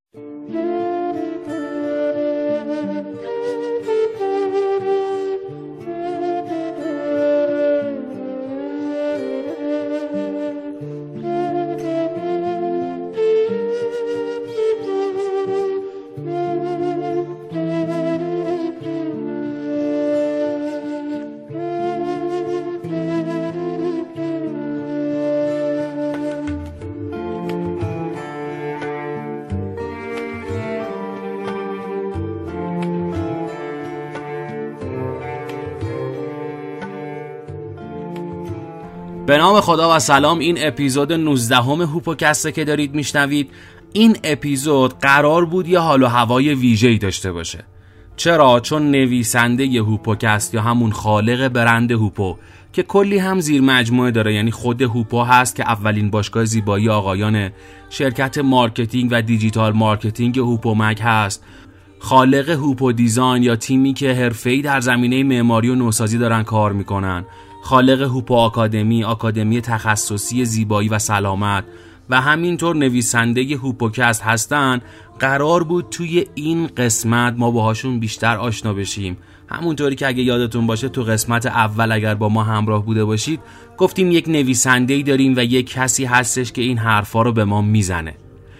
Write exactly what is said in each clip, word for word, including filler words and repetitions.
به نام خدا و سلام. این اپیزود نوزدهم هوپوکسته که دارید میشنوید. این اپیزود قرار بود یه حال و هوای ویژه‌ای داشته باشه. چرا؟ چون نویسنده ی هوپوکست یا همون خالق برند هوپو که کلی هم زیر مجموعه داره، یعنی خود هوپو هست که اولین باشگاه زیبایی آقایانه، شرکت مارکتینگ و دیجیتال مارکتینگ هوپومک هست، خالق هوپو دیزاین یا تیمی که حرفه‌ای در زمینه معماری و نوسازی دارن کار میکنن، خالق هوپو آکادمی، آکادمی تخصصی زیبایی و سلامت و همینطور نویسنده ی هوپوکست هستن. قرار بود توی این قسمت ما باهاشون بیشتر آشنا بشیم. همونطوری که اگه یادتون باشه تو قسمت اول اگر با ما همراه بوده باشید گفتیم یک نویسنده‌ای داریم و یک کسی هستش که این حرفا رو به ما میزنه.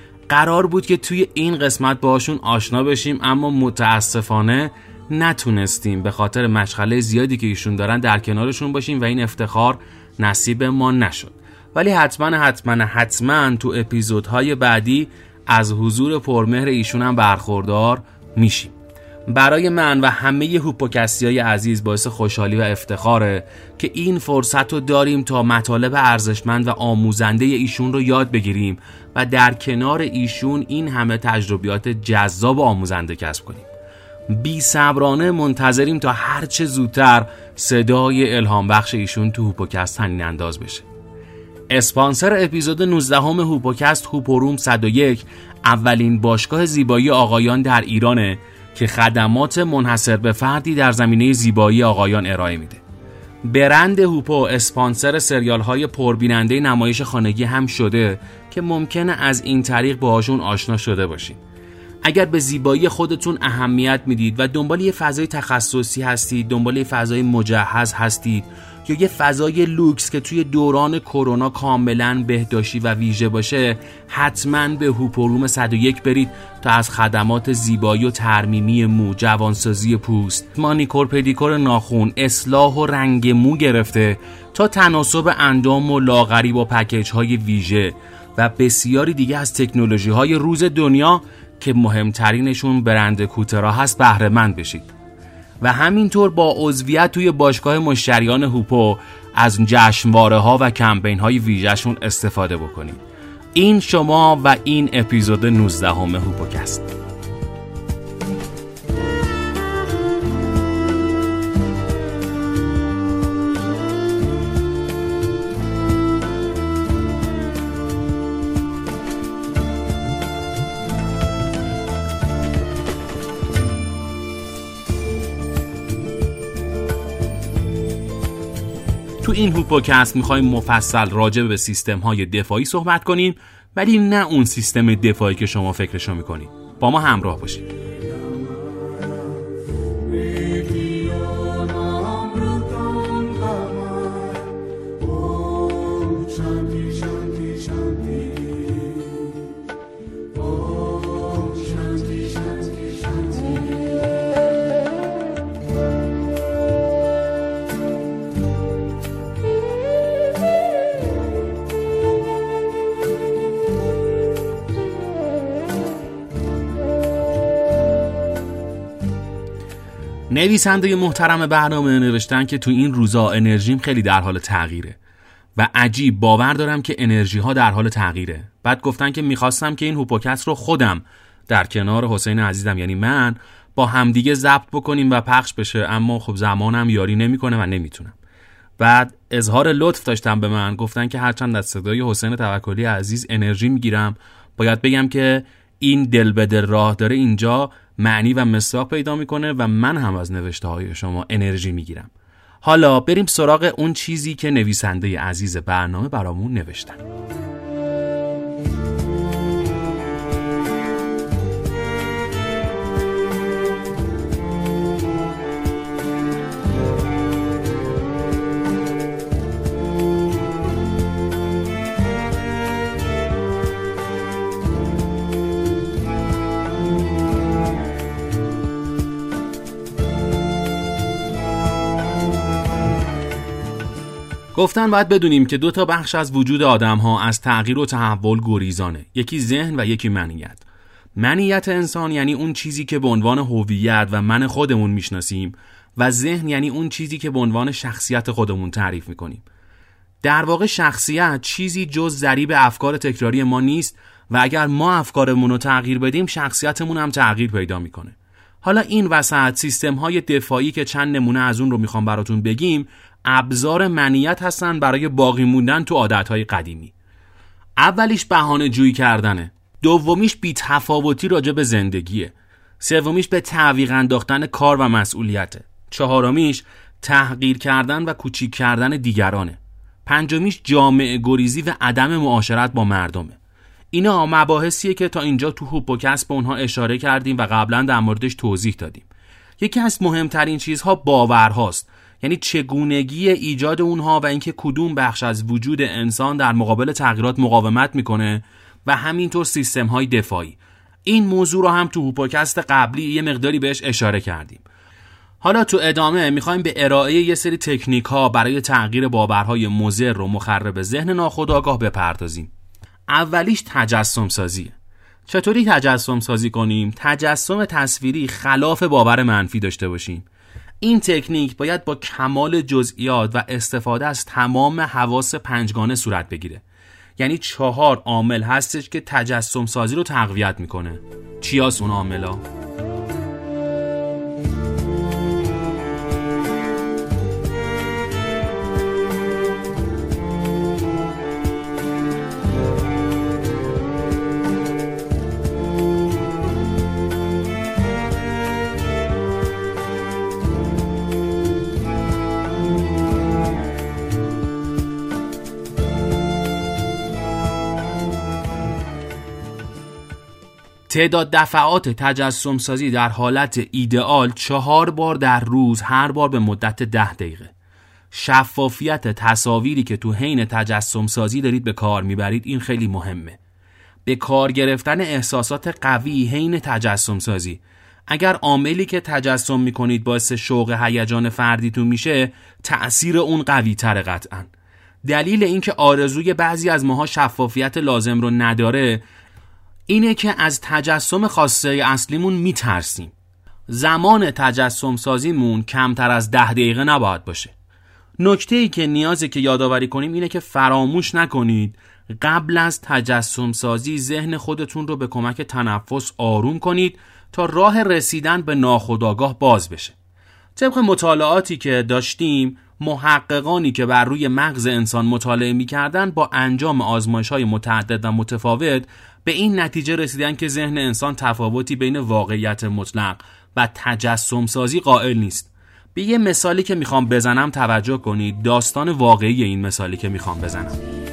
قرار بود که توی این قسمت باهاشون آشنا بشیم، اما متاسفانه نتونستیم به خاطر مشغله زیادی که ایشون دارن در کنارشون باشیم و این افتخار نصیب ما نشد. ولی حتما حتما حتما تو اپیزودهای بعدی از حضور پرمهر ایشون هم برخوردار میشیم. برای من و همه هوپوکستیای عزیز باعث خوشحالی و افتخاره که این فرصت رو داریم تا مطالب ارزشمند و آموزنده ایشون رو یاد بگیریم و در کنار ایشون این همه تجربیات جذاب و آموزنده کسب کنیم. بی صبرانه منتظریم تا هرچه زودتر صدای الهام بخش ایشون تو هوپوکست طنین انداز بشه. اسپانسر اپیزود نوزدهم هوپوکست هوپوروم صد و یک اولین باشگاه زیبایی آقایان در ایرانه که خدمات منحصر به فردی در زمینه زیبایی آقایان ارائه میده. برند هوپو اسپانسر سریال های پربیننده نمایش خانگی هم شده که ممکنه از این طریق باهاشون آشنا شده باشین. اگر به زیبایی خودتون اهمیت میدید و دنبال یه فضای تخصصی هستید، دنبال یه فضای مجهز هستید یا یه فضای لوکس که توی دوران کرونا کاملا بهداشتی و ویژه باشه، حتما به هوپوروم صد و یک برید تا از خدمات زیبایی و ترمیمی مو، جوانسازی پوست، مانیکور پدیکور ناخن، اصلاح و رنگ مو گرفته تا تناسب اندام و لاغری با پکیج های ویژه و بسیاری دیگه از تکنولوژی های روز دنیا که مهمترینشون برند کوترا هست بهره مند بشید و همینطور با عضویت توی باشگاه مشتریان هوپو از جشنواره ها و کمپین های ویژه‌شون استفاده بکنید. این شما و این اپیزود نوزدهم هوپوکست. تو این هوپوکست میخوایم مفصل راجع به سیستم های دفاعی صحبت کنیم، ولی نه اون سیستم دفاعی که شما فکرشو میکنید. با ما همراه باشید. نویسنده محترم برنامه نوشتن که تو این روزا انرژیم خیلی در حال تغییره و عجیب باور دارم که انرژی ها در حال تغییره. بعد گفتن که میخواستم که این هوپوکست رو خودم در کنار حسین عزیزم یعنی من با همدیگه ضبط بکنیم و پخش بشه، اما خب زمانم یاری نمیکنه و نمیتونم. بعد اظهار لطف داشتم به من، گفتن که هرچند از صدای حسین توکلی عزیز انرژی میگیرم، باید بگم که این دل به دل راه داره اینجا معنی و مصداق پیدا میکنه و من هم از نوشته های شما انرژی میگیرم. حالا بریم سراغ اون چیزی که نویسنده عزیز برنامه برامون نوشتن. گفتن باید بدونیم که دو تا بخش از وجود آدم ها از تغییر و تحول گریزانه، یکی ذهن و یکی منیت. منیت انسان یعنی اون چیزی که به عنوان هویت و من خودمون میشناسیم و ذهن یعنی اون چیزی که به عنوان شخصیت خودمون تعریف میکنیم. در واقع شخصیت چیزی جز ضریب افکار تکراری ما نیست و اگر ما افکارمون رو تغییر بدیم شخصیتمون هم تغییر پیدا میکنه. حالا این وسط سیستم های دفاعی که چند نمونه از اون رو میخوام براتون بگیم ابزار منیت هستن برای باقی موندن تو عادتهای قدیمی. اولیش بهانه جویی کردنه، دومیش بی‌تفاوتی راجع به زندگیه، سومیش به تعویق انداختن کار و مسئولیته، چهارمیش تحقیر کردن و کوچیک کردن دیگرانه، پنجمیش جامعه گریزی و عدم معاشرت با مردمه. اینا مباحثیه که تا اینجا تو هوپوکست به اونها اشاره کردیم و قبلا در موردش توضیح دادیم. یکی از مهمترین چیزها باورهاست، یعنی چگونگی ایجاد اونها و اینکه کدوم بخش از وجود انسان در مقابل تغییرات مقاومت میکنه و همینطور سیستم‌های دفاعی. این موضوع رو هم تو هوپوکست قبلی یه مقداری بهش اشاره کردیم. حالا تو ادامه میخوایم به ارائه یه سری تکنیک ها برای تغییر باورهای مضر و مخرب ذهن ناخودآگاه بپردازیم. اولیش تجسم سازیه. چطوری تجسم سازی کنیم؟ تجسم تصویری خلاف باور منفی داشته باشیم. این تکنیک باید با کمال جزئیات و استفاده از تمام حواس پنجگانه صورت بگیره. یعنی چهار عامل هستش که تجسم سازی رو تقویت میکنه. چی هست اون عاملا؟ تعداد دفعات تجسم سازی در حالت ایدئال چهار بار در روز، هر بار به مدت ده دقیقه. شفافیت تصاویری که تو حین تجسم سازی دارید به کار میبرید این خیلی مهمه. به کار گرفتن احساسات قوی حین تجسم سازی. اگر عاملی که تجسم میکنید باعث شوق هیجان فردیتون میشه، تأثیر اون قوی تره قطعاً. دلیل اینکه آرزوی بعضی از ماها شفافیت لازم رو نداره اینه که از تجسم خاصه اصلیمون میترسیم. زمان تجسم سازیمون کمتر از ده دقیقه نباید باشه. نکته‌ای که نیازه که یادآوری کنیم اینه که فراموش نکنید قبل از تجسم سازی ذهن خودتون رو به کمک تنفس آروم کنید تا راه رسیدن به ناخودآگاه باز بشه. طبق مطالعاتی که داشتیم، محققانی که بر روی مغز انسان مطالعه می‌کردن با انجام آزمایش‌های متعدد و متفاوت به این نتیجه رسیدن که ذهن انسان تفاوتی بین واقعیت مطلق و تجسم سازی قائل نیست. به یه مثالی که میخوام بزنم توجه کنید، داستان واقعی این مثالی که میخوام بزنم.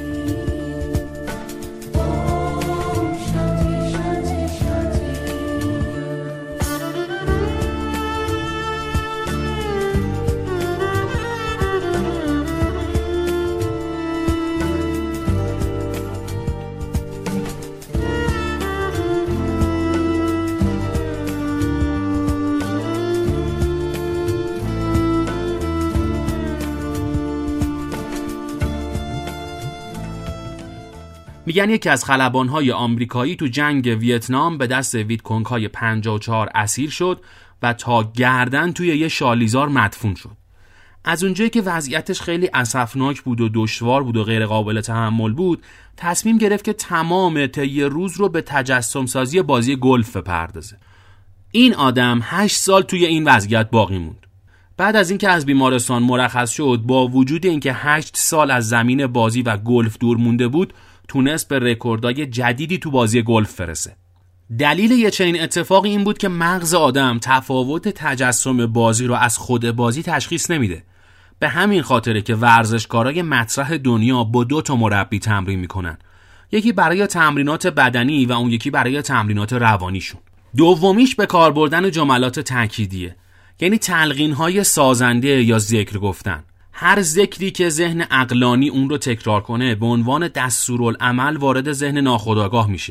میگن یکی از خلبان‌های آمریکایی تو جنگ ویتنام به دست ویتکونگ‌های پنجاه و چهار اسیر شد و تا گردن توی یه شالیزار مدفون شد. از اونجایی که وضعیتش خیلی اسفناک بود و دشوار بود و غیر قابل تحمل بود، تصمیم گرفت که تمام طی روز رو به تجسم سازی بازی گلف بپردازه. این آدم هشت سال توی این وضعیت باقی موند. بعد از اینکه از بیمارستان مرخص شد، با وجود اینکه هشت سال از زمین بازی و گلف دور مونده بود، تونست به رکوردای جدیدی تو بازی گلف برسه. دلیل یه چنین اتفاقی این بود که مغز آدم تفاوت تجسم بازی رو از خود بازی تشخیص نمیده. به همین خاطره که ورزشکارای مطرح دنیا با دو تا مربی تمرین میکنن. یکی برای تمرینات بدنی و اون یکی برای تمرینات روانیشون. دومیش به کار بردن جملات تأکیدیه، یعنی تلقین‌های سازنده یا ذکر گفتن. هر ذکری که ذهن عقلانی اون رو تکرار کنه به عنوان دستورالعمل وارد ذهن ناخودآگاه میشه.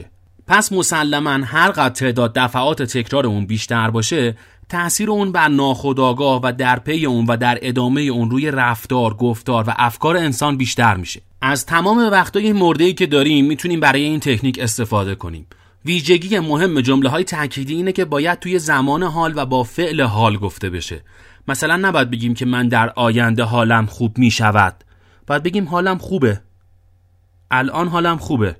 پس مسلماً هر قدر تعداد دفعات تکرار اون بیشتر باشه، تأثیر اون بر ناخودآگاه و در پی اون و در ادامه اون روی رفتار، گفتار و افکار انسان بیشتر میشه. از تمام وقتای مرده‌ای که داریم میتونیم برای این تکنیک استفاده کنیم. ویژگی مهم جمله‌های تأکیدی اینه که باید توی زمان حال و با فعل حال گفته بشه. مثلا نباید بگیم که من در آینده حالم خوب میشود. باید بگیم حالم خوبه. الان حالم خوبه.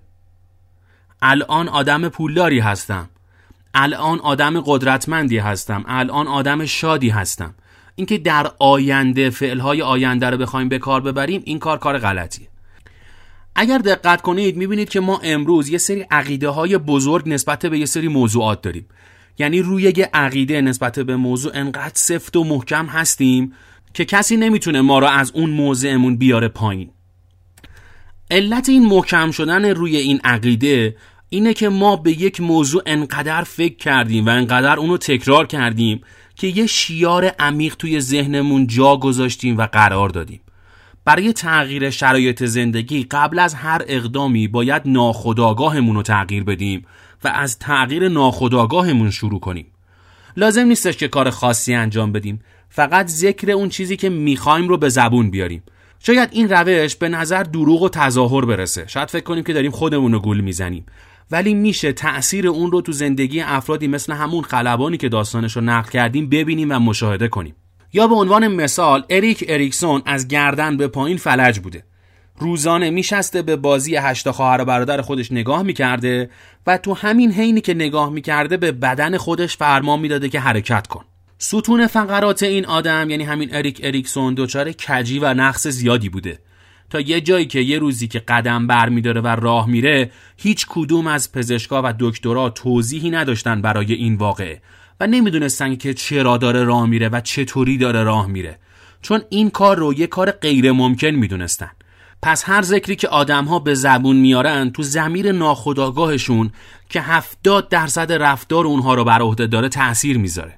الان آدم پولداری هستم. الان آدم قدرتمندی هستم. الان آدم شادی هستم. اینکه در آینده فعلهای آینده رو بخوایم به کار ببریم، این کار کار غلطیه. اگر دقت کنید میبینید که ما امروز یه سری عقیده های بزرگ نسبت به یه سری موضوعات داریم. یعنی روی یه عقیده نسبت به موضوع انقدر سفت و محکم هستیم که کسی نمیتونه ما رو از اون موضعمون بیاره پایین. علت این محکم شدن روی این عقیده اینه که ما به یک موضوع انقدر فکر کردیم و انقدر اونو تکرار کردیم که یه شیار عمیق توی ذهنمون جا گذاشتیم و قرار دادیم. برای تغییر شرایط زندگی قبل از هر اقدامی باید ناخودآگاهمون رو تغییر بدیم و از تغییر ناخودآگاهمون شروع کنیم. لازم نیستش که کار خاصی انجام بدیم، فقط ذکر اون چیزی که میخوایم رو به زبون بیاریم. شاید این روش به نظر دروغ و تظاهر برسه، شاید فکر کنیم که داریم خودمون رو گول میزنیم، ولی میشه تأثیر اون رو تو زندگی افرادی مثل همون خلبانی که داستانش رو نقل کردیم ببینیم و مشاهده کنیم. یا به عنوان مثال اریک اریکسون از گردن به پایین فلج بوده. روزانه میشسته به بازی هشت خواهر و برادر خودش نگاه میکرده و تو همین حینی که نگاه میکرده به بدن خودش فرمان میداده که حرکت کن. ستون فقرات این آدم، یعنی همین اریک اریکسون، دچار کجی و نقص زیادی بوده، تا یه جایی که یه روزی که قدم بر میداره و راه میره، هیچ کدوم از پزشکا و دکترا توضیحی نداشتن برای این واقعه و نمیدونستن که چرا داره راه میره و چطوری داره راه میره، چون این کار رو یه کار غیر ممکن میدونستن. پس هر ذکری که آدم‌ها به زبون میارن تو ضمیر ناخودآگاهشون که هفتاد درصد رفتار اونها رو بر عهده داره تأثیر میذاره.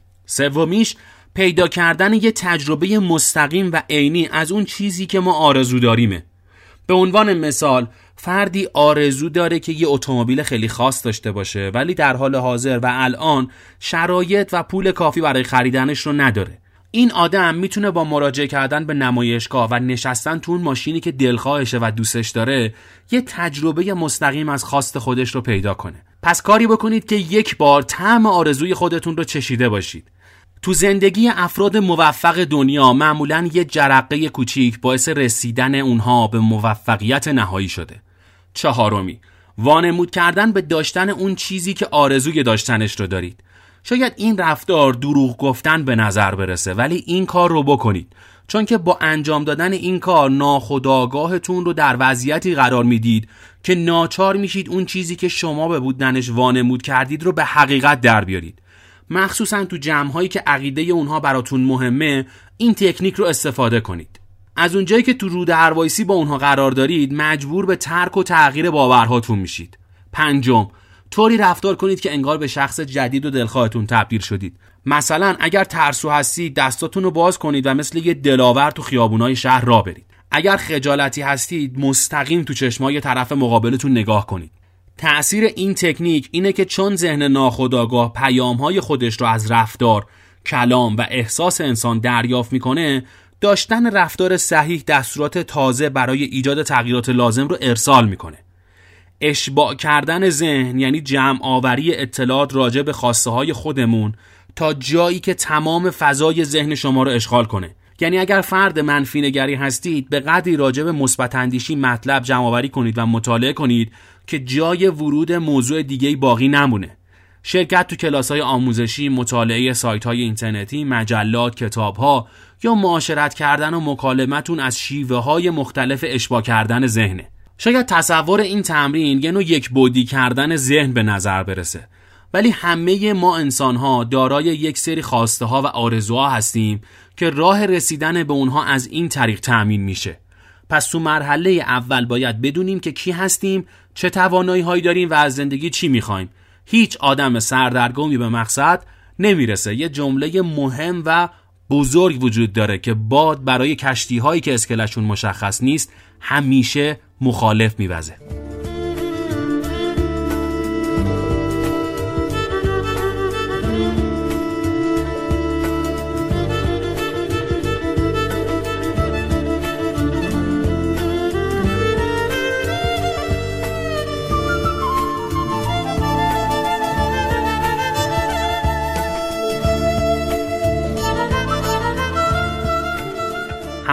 سومیش پیدا کردن یه تجربه مستقیم و عینی از اون چیزی که ما آرزو داریمه. به عنوان مثال فردی آرزو داره که یه اتومبیل خیلی خاص داشته باشه، ولی در حال حاضر و الان شرایط و پول کافی برای خریدنش رو نداره. این آدم میتونه با مراجعه کردن به نمایشگاه و نشستن تو اون ماشینی که دلخواهشه و دوستش داره یه تجربه مستقیم از خواست خودش رو پیدا کنه. پس کاری بکنید که یک بار طعم آرزوی خودتون رو چشیده باشید. تو زندگی افراد موفق دنیا معمولاً یه جرقه کوچیک باعث رسیدن اونها به موفقیت نهایی شده. چهارمی، وانمود کردن به داشتن اون چیزی که آرزوی داشتنش رو دارید. شاید این رفتار دروغ گفتن به نظر برسه، ولی این کار رو بکنید، چون که با انجام دادن این کار ناخودآگاهتون رو در وضعیتی قرار میدید که ناچار میشید اون چیزی که شما به بودنش وانمود کردید رو به حقیقت در بیارید. مخصوصا تو جمع‌هایی که عقیده اونها براتون مهمه این تکنیک رو استفاده کنید. از اونجایی که تو رو در وایسی با اونها قرار دارید مجبور به ترک و تغییر باورهاتون میشید. پنجم، طوری رفتار کنید که انگار به شخص جدید و دلخواهتون تبدیل شدید. مثلا اگر ترسو هستید دستاتون رو باز کنید و مثل یه دلاور تو خیابونای شهر راه برید. اگر خجالتی هستید مستقیم تو چشمای طرف مقابلتون نگاه کنید. تأثیر این تکنیک اینه که چون ذهن ناخودآگاه پیام‌های خودش رو از رفتار، کلام و احساس انسان دریافت میکنه، داشتن رفتار صحیح دستورات تازه برای ایجاد تغییرات لازم رو ارسال میکنه. اشباع کردن ذهن یعنی جمع آوری اطلاعات راجع به خواسته های خودمون تا جایی که تمام فضای ذهن شما رو اشغال کنه. یعنی اگر فرد منفی نگری هستید به قدری راجع به مثبت اندیشی مطلب جمع آوری کنید و مطالعه کنید که جای ورود موضوع دیگه‌ای باقی نمونه. شرکت تو کلاس‌های آموزشی، مطالعه سایت‌های اینترنتی، مجلات، کتاب‌ها یا معاشرت کردن و مکالمتون از شیوه‌های مختلف اشباع کردن ذهنه. شاید تصور این تمرین یه نوع یک بعدی کردن ذهن به نظر برسه، ولی همه ما انسان‌ها دارای یک سری خواسته‌ها و آرزوها هستیم که راه رسیدن به اونها از این طریق تأمین میشه. پس تو مرحله اول باید بدونیم که کی هستیم، چه توانایی‌هایی داریم و از زندگی چی می‌خوایم. هیچ آدم سردرگمی به مقصد نمیرسه. یه جمله مهم و بزرگ وجود داره که باد برای کشتی‌هایی که اسکلشون مشخص نیست همیشه مخالف میوزه.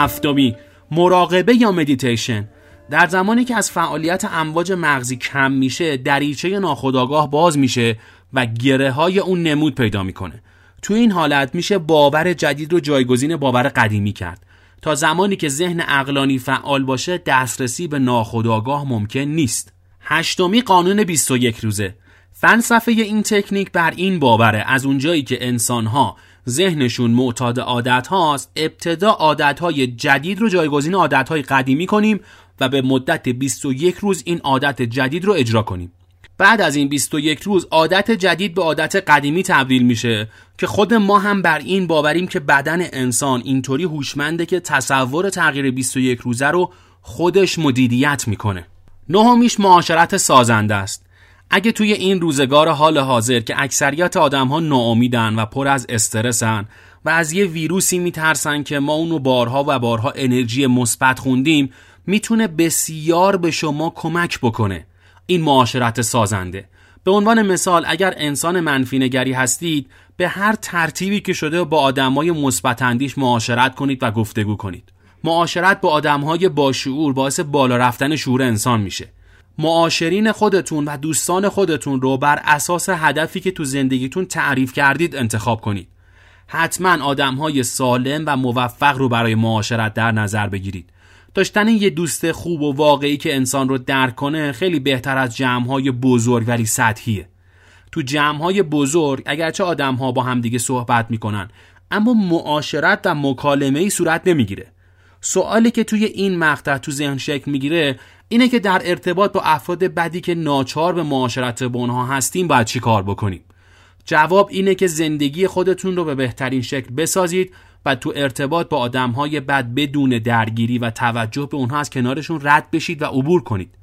هفتمی، مراقبه یا مدیتیشن. در زمانی که از فعالیت امواج مغزی کم میشه، دریچه ناخودآگاه باز میشه و گره های اون نمود پیدا میکنه. تو این حالت میشه باور جدید رو جایگزین باور قدیمی کرد. تا زمانی که ذهن عقلانی فعال باشه، دسترسی به ناخودآگاه ممکن نیست. هشتمی، قانون بیست و یک روزه. فلسفه این تکنیک بر این باوره از اونجایی که انسان‌ها ذهنشون معتاد عادت هاست، ابتدا عادت های جدید رو جایگزین عادت های قدیمی کنیم و به مدت بیست و یک روز این عادت جدید رو اجرا کنیم. بعد از این بیست و یک روز عادت جدید به عادت قدیمی تبدیل میشه که خود ما هم بر این باوریم که بدن انسان اینطوری هوشمنده که تصور تغییر بیست و یک روزه رو خودش مدیریت میکنه. نهمیش معاشرت سازنده است. اگه توی این روزگار حال حاضر که اکثریت آدم‌ها ناامیدن و پر از استرسن و از یه ویروسی میترسن که ما اونو بارها و بارها انرژی مثبت خوندیم، میتونه بسیار به شما کمک بکنه این معاشرت سازنده. به عنوان مثال، اگر انسان منفی نگری هستید، به هر ترتیبی که شده با آدمای مثبت اندیش معاشرت کنید و گفتگو کنید. معاشرت با آدمهای با شعور باعث بالا رفتن شعور انسان میشه. معاشرین خودتون و دوستان خودتون رو بر اساس هدفی که تو زندگیتون تعریف کردید انتخاب کنید. حتما آدمهای سالم و موفق رو برای معاشرت در نظر بگیرید. داشتن یه دوست خوب و واقعی که انسان رو درک کنه خیلی بهتر از جمع‌های بزرگ ولی سطحیه. تو جمع‌های بزرگ اگرچه آدم‌ها با هم دیگه صحبت میکنن، اما معاشرت و مکالمه‌ای صورت نمیگیره. سوالی که توی این مقطع تو ذهن شکل میگیره اینه که در ارتباط با افراد بدی که ناچار به معاشرت با اونها هستیم باید چی کار بکنیم؟ جواب اینه که زندگی خودتون رو به بهترین شکل بسازید و تو ارتباط با آدم‌های بد بدون درگیری و توجه به اونها از کنارشون رد بشید و عبور کنید.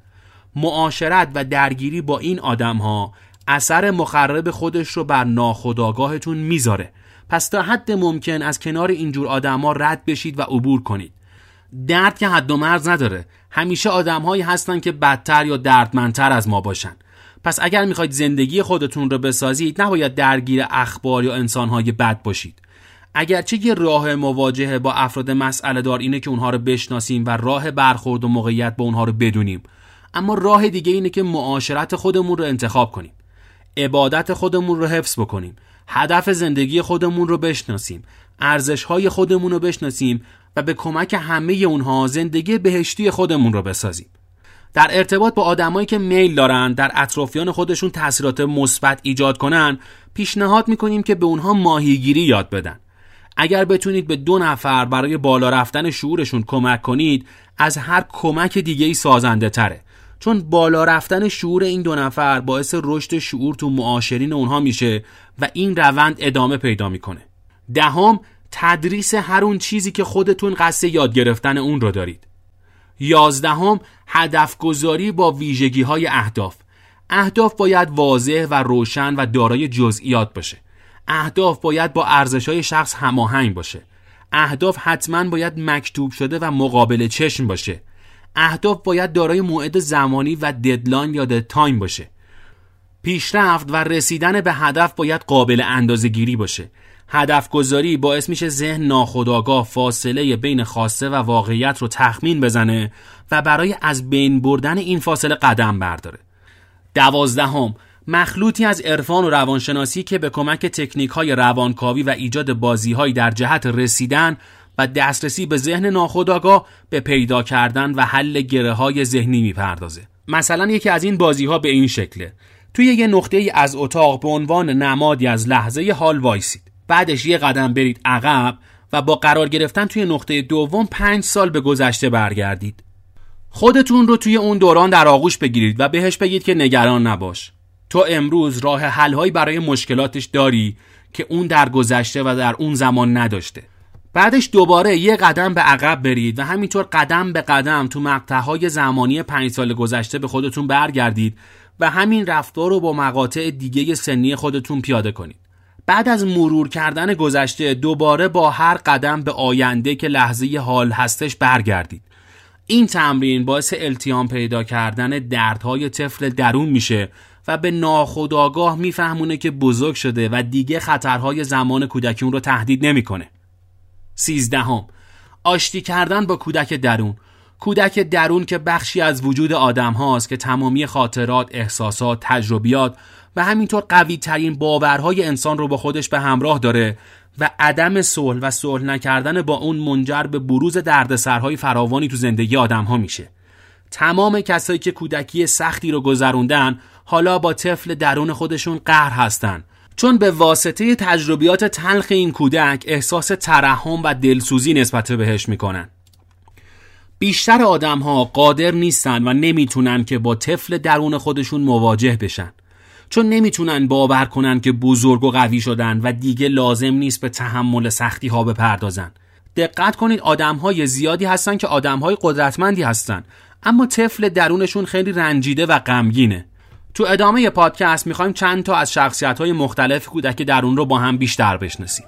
معاشرت و درگیری با این آدم‌ها اثر مخرب خودش رو بر ناخودآگاهتون میذاره. پس تا حد ممکن از کنار اینجور آدم‌ها رد بشید و عبور کنید. درد که حد و مرز نداره. همیشه آدم‌هایی هستن که بدتر یا دردمندتر از ما باشن. پس اگر میخواید زندگی خودتون رو بسازید، نباید درگیر اخبار یا انسان‌های بد باشید. اگرچه یه راه مواجهه با افراد مسئله دار اینه که اونها رو بشناسیم و راه برخورد و موقعیت با اونها رو بدونیم، اما راه دیگه اینه که معاشرت خودمون رو انتخاب کنیم، عبادت خودمون رو حفظ بکنیم، هدف زندگی خودمون رو بشناسیم، ارزش‌های خودمون رو بشناسیم و به کمک همه اونها زندگی بهشتی خودمون رو بسازیم. در ارتباط با آدمایی که میل دارن در اطرافیان خودشون تاثیرات مثبت ایجاد کنن، پیشنهاد میکنیم که به اونها ماهیگیری یاد بدن. اگر بتونید به دو نفر برای بالا رفتن شعورشون کمک کنید، از هر کمک دیگه‌ای سازنده تره، چون بالا رفتن شعور این دو نفر باعث رشد شعور تو معاشرین اونها میشه و این روند ادامه پیدا میکنه. دهم، تدریس هر اون چیزی که خودتون قصد یاد گرفتن اون رو دارید. یازدهم، هدف گذاری با ویژگی های اهداف. اهداف باید واضح و روشن و دارای جزئیات باشه. اهداف باید با ارزش‌های شخص هماهنگ باشه. اهداف حتما باید مکتوب شده و مقابل چشم باشه. اهداف باید دارای موعد زمانی و ددلاین یا ددتایم باشه. پیشرفت و رسیدن به هدف باید قابل اندازه‌گیری باشه. هدف گذاری باعث میشه ذهن ناخودآگاه فاصله بین خواسته و واقعیت رو تخمین بزنه و برای از بین بردن این فاصله قدم برداره. دوازدهم، مخلوطی از عرفان و روانشناسی که به کمک تکنیک‌های روانکاوی و ایجاد بازی‌هایی در جهت رسیدن و دسترسی به ذهن ناخودآگاه به پیدا کردن و حل گره‌های ذهنی میپردازه. مثلا یکی از این بازی‌ها به این شکله: توی یه نقطه‌ای از اتاق به عنوان نمادی از لحظه حال وایسید. بعدش یه قدم برید عقب و با قرار گرفتن توی نقطه دوم پنج سال به گذشته برگردید. خودتون رو توی اون دوران در آغوش بگیرید و بهش بگید که نگران نباش. تو امروز راه حل‌هایی برای مشکلاتش داری که اون در گذشته و در اون زمان نداشته. بعدش دوباره یه قدم به عقب برید و همینطور قدم به قدم تو مقطع‌های زمانی پنج سال گذشته به خودتون برگردید و همین رفتار رو با مقاطع دیگه سنی خودتون پیاده کنید. بعد از مرور کردن گذشته دوباره با هر قدم به آینده که لحظه حال هستش برگردید. این تمرین باعث التیام پیدا کردن دردهای طفل درون میشه و به ناخودآگاه میفهمونه که بزرگ شده و دیگه خطرهای زمان کودکی اون رو تهدید نمیکنه. سیزدهم، آشتی کردن با کودک درون. کودک درون که بخشی از وجود آدم هاست که تمامی خاطرات، احساسات، تجربیات و همینطور قوی ترین باورهای انسان رو با خودش به همراه داره و عدم صلح و صلح نکردن با اون منجر به بروز دردسرهای فراوانی تو زندگی آدم ها میشه. تمام کسایی که کودکی سختی رو گذروندن حالا با طفل درون خودشون قهر هستن، چون به واسطه تجربیات تلخ این کودک احساس ترحم و دلسوزی نسبت بهش میکنن. بیشتر آدم ها قادر نیستن و نمیتونن که با طفل درون خودشون مواجه بشن، چون نمیتونن باور کنن که بزرگ و قوی شدن و دیگه لازم نیست به تحمل سختی ها بپردازن. دقت کنید آدم های زیادی هستن که آدم های قدرتمندی هستن، اما طفل درونشون خیلی رنجیده و غمگینه. تو ادامه پادکست میخوایم چند تا از شخصیت های مختلف کودک درون رو با هم بیشتر بشناسیم.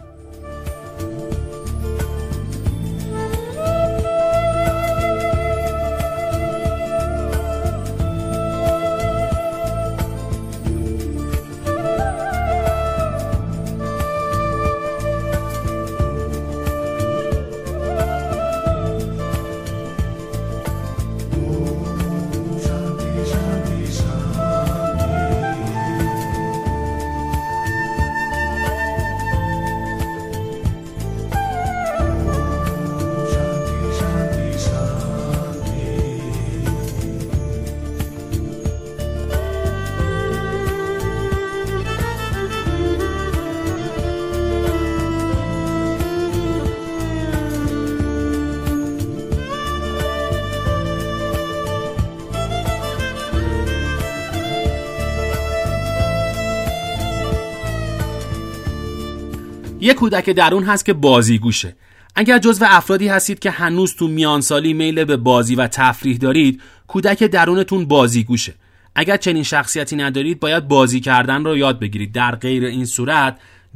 یک کودک درون هست که بازیگوشه. اگر جزو افرادی هستید که هنوز تو میانسالی میل به بازی و تفریح دارید، کودک درونتون بازیگوشه. اگر چنین شخصیتی ندارید، باید بازی کردن رو یاد بگیرید. در غیر این صورت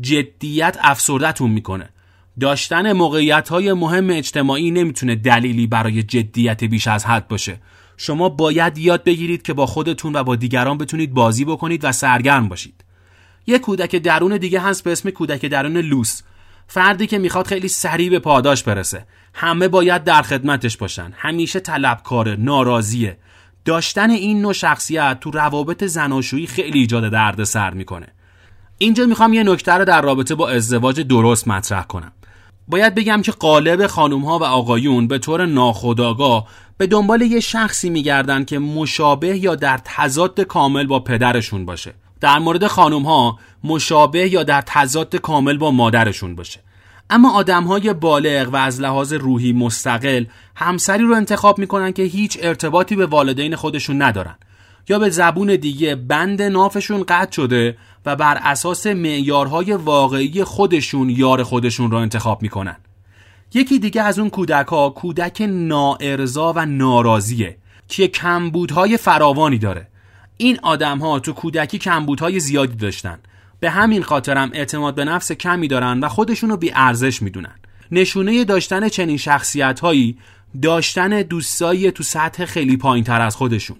جدیت افسرده‌تون میکنه. داشتن موقعیت‌های مهم اجتماعی نمیتونه دلیلی برای جدیت بیش از حد باشه. شما باید یاد بگیرید که با خودتون و با دیگران بتونید بازی بکنید و سرگرم باشید. یک کودک درون دیگه هست به اسم کودک درون لوس. فردی که میخواد خیلی سریع به پاداش برسه. همه باید در خدمتش باشن. همیشه طلبکاره، ناراضیه. داشتن این نوع شخصیت تو روابط زناشویی خیلی ایجاد دردسر میکنه. اینجا میخوام یه نکته رو در رابطه با ازدواج درست مطرح کنم. باید بگم که غالب خانوم‌ها و آقایون به طور ناخودآگاه به دنبال یه شخصی میگردن که مشابه یا در تضاد کامل با پدرشون باشه. در مورد خانوم‌ها مشابه یا در تضاد کامل با مادرشون باشه. اما آدم‌های بالغ و از لحاظ روحی مستقل همسری رو انتخاب میکنن که هیچ ارتباطی به والدین خودشون ندارن، یا به زبون دیگه بند نافشون قطع شده و بر اساس معیارهای واقعی خودشون یار خودشون رو انتخاب میکنن. یکی دیگه از اون کودک‌ها کودک ناارضا و ناراضیه که کمبودهای فراوانی داره. این آدم‌ها تو کودکی کمبودهای زیادی داشتن، به همین خاطرم اعتماد به نفس کمی دارن و خودشونو بی ارزش میدونن. نشونه داشتن چنین شخصیت‌هایی داشتن دوستایی تو سطح خیلی پایین‌تر از خودشون.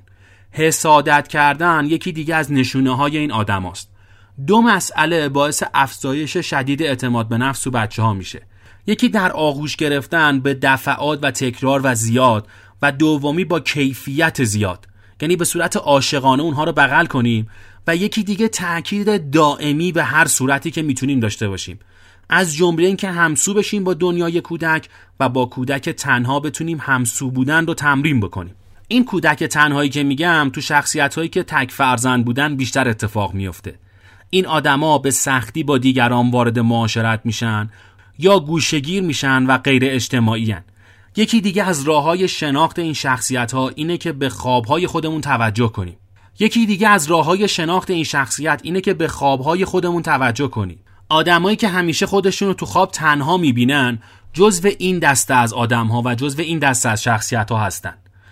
حسادت کردن یکی دیگه از نشونه‌های این آدماست. دو مسئله باعث افزایش شدید اعتماد به نفس تو بچه‌ها میشه. یکی در آغوش گرفتن به دفعات و تکرار و زیاد، و دومی با کیفیت زیاد، یعنی به صورت عاشقانه اونها رو بغل کنیم، و یکی دیگه تأکید دائمی به هر صورتی که میتونیم داشته باشیم، از جمله این که همسو بشیم با دنیای کودک و با کودک تنها بتونیم همسو بودن رو تمرین بکنیم. این کودک تنهایی که میگم تو شخصیت‌هایی که تک فرزند بودن بیشتر اتفاق میفته. این آدما به سختی با دیگران وارد معاشرت میشن یا گوشه‌گیر میشن و غیر اجتماعی هن. یکی دیگه از راه‌های شناخت این شخصیت‌ها اینه که به خواب‌های خودمون توجه کنیم. یکی دیگه از راه‌های شناخت این شخصیت اینه که به خواب‌های خودمون توجه کنیم. آدمایی که همیشه خودشون رو تو خواب تنها می‌بینن جزو این دسته از آدم‌ها و جزو این دسته از شخصیت‌ها هستن.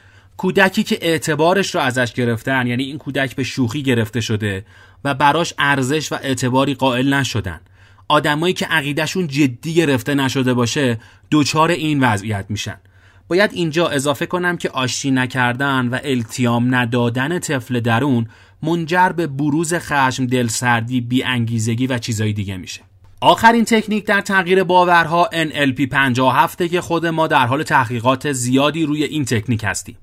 کودکی که اعتبارش رو ازش گرفتن، یعنی این کودک به شوخی گرفته شده و براش ارزش و اعتباری قائل نشدن. آدمایی که عقیدهشون جدی گرفته نشده باشه دوچار این وضعیت میشن. باید اینجا اضافه کنم که آشتی نکردن و التیام ندادن طفل درون منجر به بروز خشم، دلسردی، بی‌انگیزگی و چیزای دیگه میشه. آخرین تکنیک در تغییر باورها ان ال پی پنجاه و هفت که خود ما در حال تحقیقات زیادی روی این تکنیک هستیم.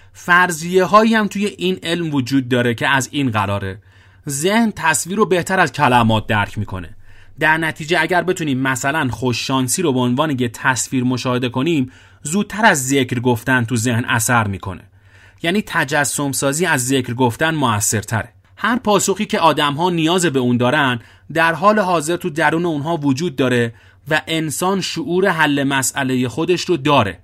فرضیه هایی هم توی این علم وجود داره که از این قراره ذهن تصویر رو بهتر از کلمات درک میکنه. در نتیجه اگر بتونیم مثلا خوششانسی رو به عنوان یه تصویر مشاهده کنیم، زودتر از ذکر گفتن تو ذهن اثر میکنه. یعنی تجسم سازی از ذکر گفتن موثرتره. هر پاسخی که آدم‌ها نیاز به اون دارن در حال حاضر تو درون اونها وجود داره و انسان شعور حل مسئله خودش رو داره.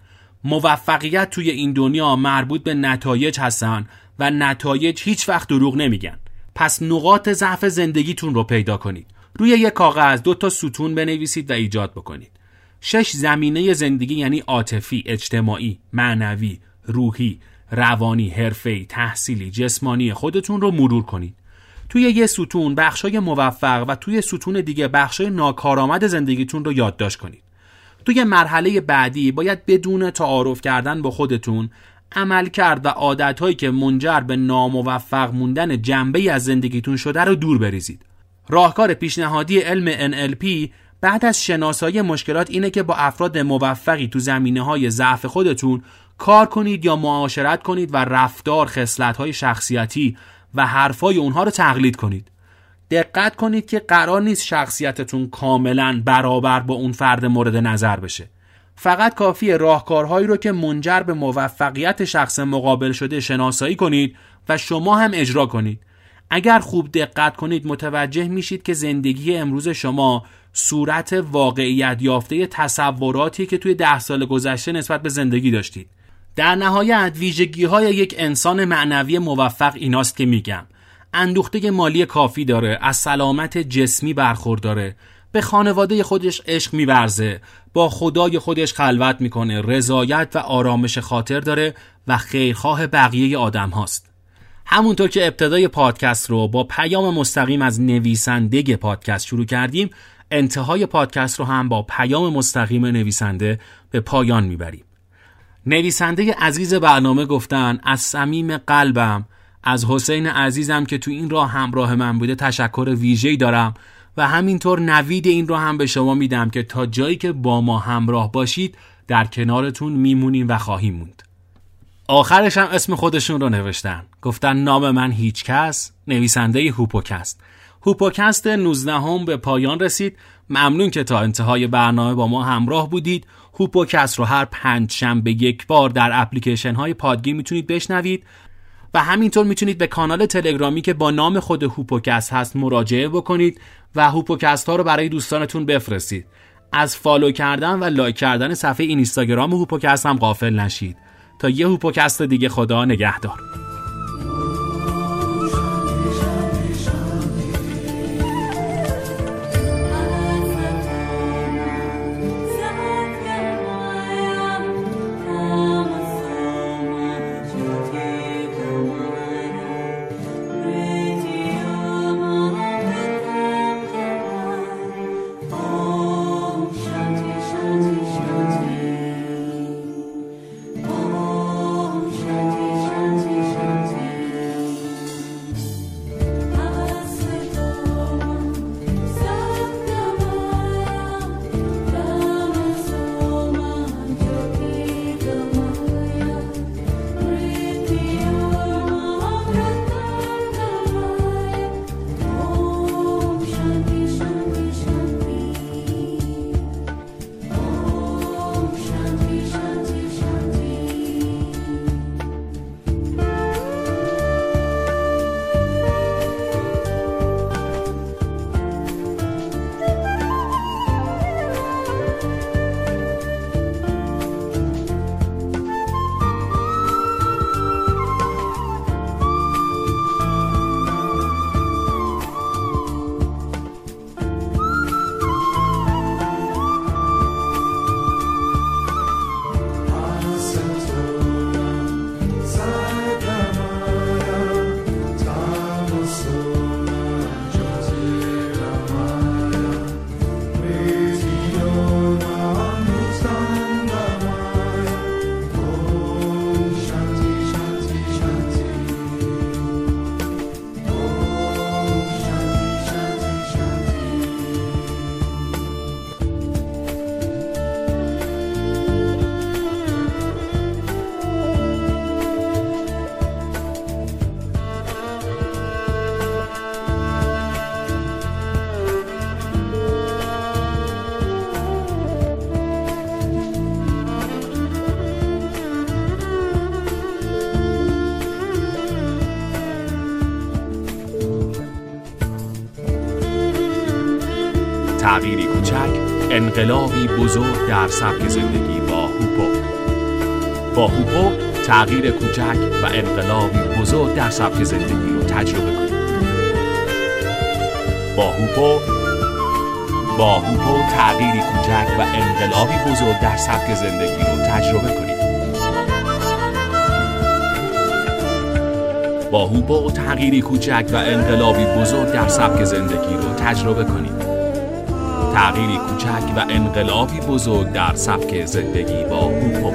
موفقیت توی این دنیا مربوط به نتایج هستن و نتایج هیچ وقت دروغ نمیگن. پس نقاط ضعف زندگیتون رو پیدا کنید. روی یک کاغذ دو تا ستون بنویسید و ایجاد بکنید. شش زمینه زندگی یعنی عاطفی، اجتماعی، معنوی، روحی، روانی، حرفه‌ای، تحصیلی، جسمانی خودتون رو مرور کنید. توی یه ستون بخشای موفق و توی ستون دیگه بخشای ناکارآمد زندگیتون رو یادداشت کنید. توی مرحله بعدی باید بدون تعارف کردن با خودتون عمل کرد و عادت‌هایی که منجر به ناموفق موندن جنبه‌ای از زندگیتون شده رو دور بریزید. راهکار پیشنهادی علم ان ال پی بعد از شناسایی مشکلات اینه که با افراد موفقی تو زمینه‌های ضعف خودتون کار کنید یا معاشرت کنید و رفتار، خصلت‌های شخصیتی و حرفای اونها رو تقلید کنید. دقت کنید که قرار نیست شخصیتتون کاملاً برابر با اون فرد مورد نظر بشه. فقط کافیه راهکارهایی رو که منجر به موفقیت شخص مقابل شده شناسایی کنید و شما هم اجرا کنید. اگر خوب دقت کنید متوجه میشید که زندگی امروز شما صورت واقعیت یافته تصوراتی که توی ده سال گذشته نسبت به زندگی داشتید. در نهایت ویژگی‌های یک انسان معنوی موفق ایناست که میگم: اندوخته مالی کافی داره، از سلامت جسمی برخورداره، به خانواده خودش عشق می‌ورزه، با خدای خودش خلوت میکنه، رضایت و آرامش خاطر داره و خیرخواه بقیه آدم هاست. همونطور که ابتدای پادکست رو با پیام مستقیم از نویسنده پادکست شروع کردیم، انتهای پادکست رو هم با پیام مستقیم نویسنده به پایان میبریم. نویسنده عزیز برنامه گفتن: از صمیم قلبم از حسین عزیزم که تو این راه همراه من بوده تشکر ویژه‌ای دارم و همینطور نوید این رو هم به شما میدم که تا جایی که با ما همراه باشید در کنارتون میمونیم و خواهیم موند. آخرش هم اسم خودشون رو نوشتن، گفتن نام من هیچ کس، نویسنده هوپوکست. هوپوکست نوزدهم به پایان رسید. ممنون که تا انتهای برنامه با ما همراه بودید. هوپوکست رو هر پنج شنبه یک بار در اپلیکیشن های پادگیر میتونید بشنوید و همینطور میتونید به کانال تلگرامی که با نام خود هوپوکست هست مراجعه بکنید و هوپوکست ها رو برای دوستانتون بفرستید. از فالو کردن و لایک کردن صفحه اینستاگرام هوپوکست هم غافل نشید. تا یه هوپوکست دیگه، خدا نگهدار. تغییری کوچک، انقلابی بزرگ در سبک زندگی با هوپو. با هوپو تغییر کوچک و انقلابی بزرگ در سبک زندگی رو تجربه کنید. با هوپو با هوپو تغییری کوچک و انقلابی بزرگ در سبک زندگی رو تجربه کنید. با هوپو تغییری کوچک و انقلابی بزرگ در سبک زندگی رو تجربه کنید. تغییری کوچک و انقلابی بزرگ در سبک زندگی با هوپو.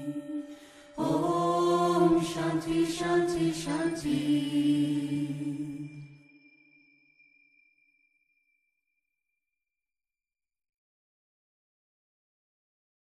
Shanti, Shanti, Shanti.